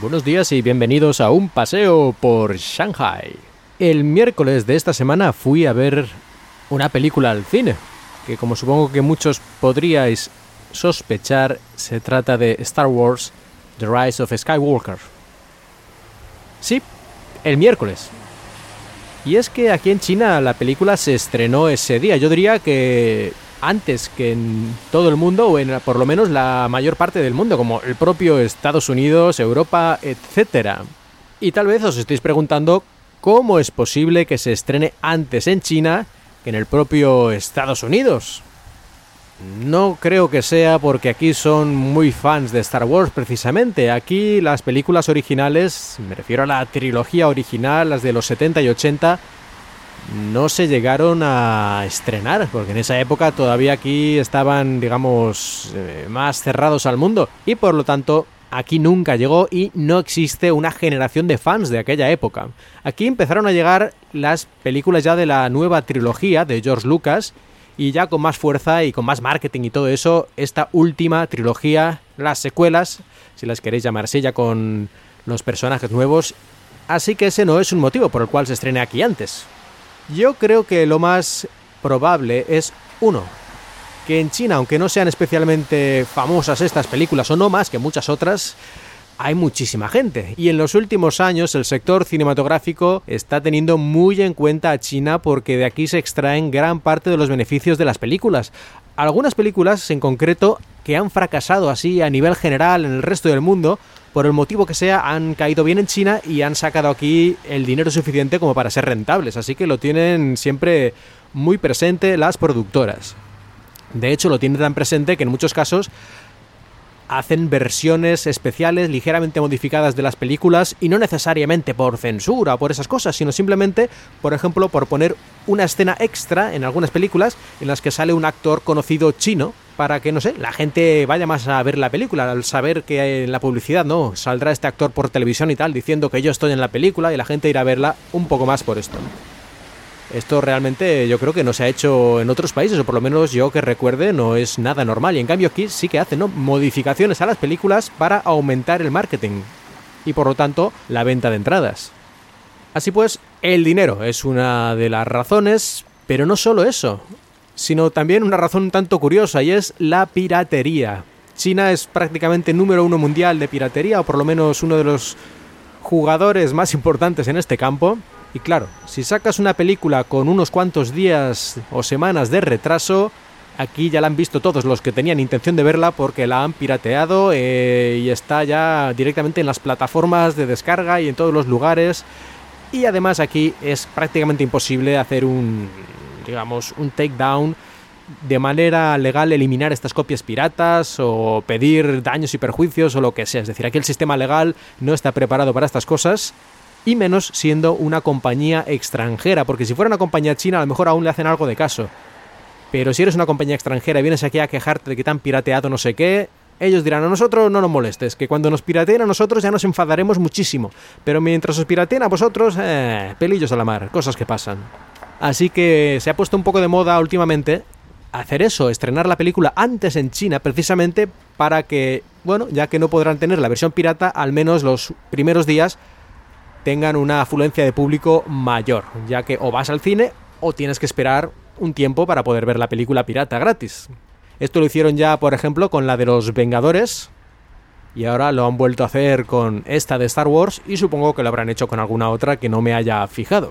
Buenos días y bienvenidos a un paseo por Shanghai. El miércoles de esta semana fui a ver una película al cine, que como supongo que muchos podríais sospechar, se trata de Star Wars: The Rise of Skywalker. Sí, el miércoles. Y es que aquí en China la película se estrenó ese día. Yo diría que antes que en todo el mundo, o en por lo menos la mayor parte del mundo, como el propio Estados Unidos, Europa, etc. Y tal vez os estéis preguntando cómo es posible que se estrene antes en China que en el propio Estados Unidos. No creo que sea porque aquí son muy fans de Star Wars precisamente. Aquí las películas originales, me refiero a la trilogía original, las de los 70 y 80, no se llegaron a estrenar, porque en esa época todavía aquí estaban, digamos, más cerrados al mundo, y por lo tanto aquí nunca llegó y no existe una generación de fans de aquella época. Aquí empezaron a llegar las películas ya de la nueva trilogía de George Lucas, y ya con más fuerza y con más marketing y todo eso, esta última trilogía, las secuelas, si las queréis llamar así, ya con los personajes nuevos, así que ese no es un motivo por el cual se estrene aquí antes. Yo creo que lo más probable es, uno, que en China, aunque no sean especialmente famosas estas películas o no más que muchas otras, hay muchísima gente. Y en los últimos años el sector cinematográfico está teniendo muy en cuenta a China porque de aquí se extraen gran parte de los beneficios de las películas. Algunas películas en concreto que han fracasado así a nivel general en el resto del mundo, por el motivo que sea, han caído bien en China y han sacado aquí el dinero suficiente como para ser rentables, así que lo tienen siempre muy presente las productoras. De hecho, lo tienen tan presente que en muchos casos hacen versiones especiales ligeramente modificadas de las películas, y no necesariamente por censura o por esas cosas, sino simplemente, por ejemplo, por poner una escena extra en algunas películas en las que sale un actor conocido chino, para que, no sé, la gente vaya más a ver la película, al saber que en la publicidad, no, saldrá este actor por televisión y tal, diciendo que yo estoy en la película, y la gente irá a verla un poco más por esto. Esto realmente yo creo que no se ha hecho en otros países, o por lo menos yo que recuerde no es nada normal, y en cambio aquí sí que hacen, ¿no?, modificaciones a las películas para aumentar el marketing y por lo tanto la venta de entradas. Así pues, el dinero es una de las razones, pero no solo eso, sino también una razón un tanto curiosa, y es la piratería. China es prácticamente número uno mundial de piratería, o por lo menos uno de los jugadores más importantes en este campo. Y claro, si sacas una película con unos cuantos días o semanas de retraso, aquí ya la han visto todos los que tenían intención de verla porque la han pirateado y está ya directamente en las plataformas de descarga y en todos los lugares. Y además aquí es prácticamente imposible hacer un takedown de manera legal, eliminar estas copias piratas o pedir daños y perjuicios o lo que sea. Es decir, aquí el sistema legal no está preparado para estas cosas, y menos siendo una compañía extranjera, porque si fuera una compañía china a lo mejor aún le hacen algo de caso. Pero si eres una compañía extranjera y vienes aquí a quejarte de que te han pirateado no sé qué, ellos dirán: a nosotros no nos molestes, que cuando nos pirateen a nosotros ya nos enfadaremos muchísimo, pero mientras os pirateen a vosotros, pelillos a la mar, cosas que pasan. Así que se ha puesto un poco de moda últimamente hacer eso, estrenar la película antes en China, precisamente para que, bueno, ya que no podrán tener la versión pirata, al menos los primeros días tengan una afluencia de público mayor, ya que o vas al cine o tienes que esperar un tiempo para poder ver la película pirata gratis. Esto lo hicieron ya, por ejemplo, con la de los Vengadores, y ahora lo han vuelto a hacer con esta de Star Wars, y supongo que lo habrán hecho con alguna otra que no me haya fijado.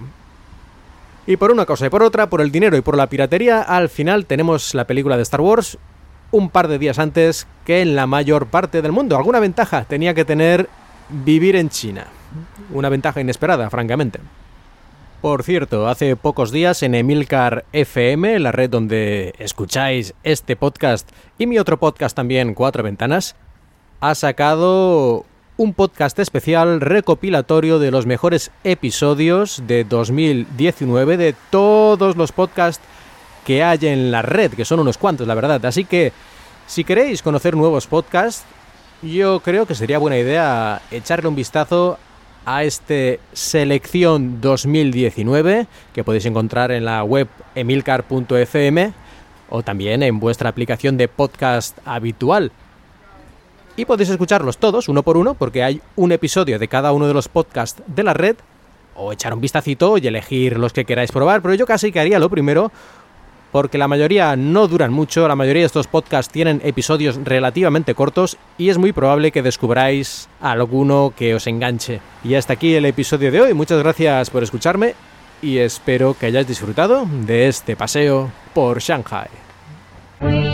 Y por una cosa y por otra, por el dinero y por la piratería, al final tenemos la película de Star Wars un par de días antes que en la mayor parte del mundo. Alguna ventaja tenía que tener vivir en China. Una ventaja inesperada, francamente. Por cierto, hace pocos días en Emilcar FM, la red donde escucháis este podcast y mi otro podcast también, Cuatro Ventanas, ha sacado un podcast especial recopilatorio de los mejores episodios de 2019 de todos los podcasts que hay en la red, que son unos cuantos, la verdad. Así que, si queréis conocer nuevos podcasts, yo creo que sería buena idea echarle un vistazo a este Selección 2019, que podéis encontrar en la web emilcar.fm o también en vuestra aplicación de podcast habitual. Y podéis escucharlos todos, uno por uno, porque hay un episodio de cada uno de los podcasts de la red, o echar un vistacito y elegir los que queráis probar, pero yo casi que haría lo primero, porque la mayoría no duran mucho, la mayoría de estos podcasts tienen episodios relativamente cortos y es muy probable que descubráis alguno que os enganche. Y hasta aquí el episodio de hoy, muchas gracias por escucharme y espero que hayáis disfrutado de este paseo por Shanghai.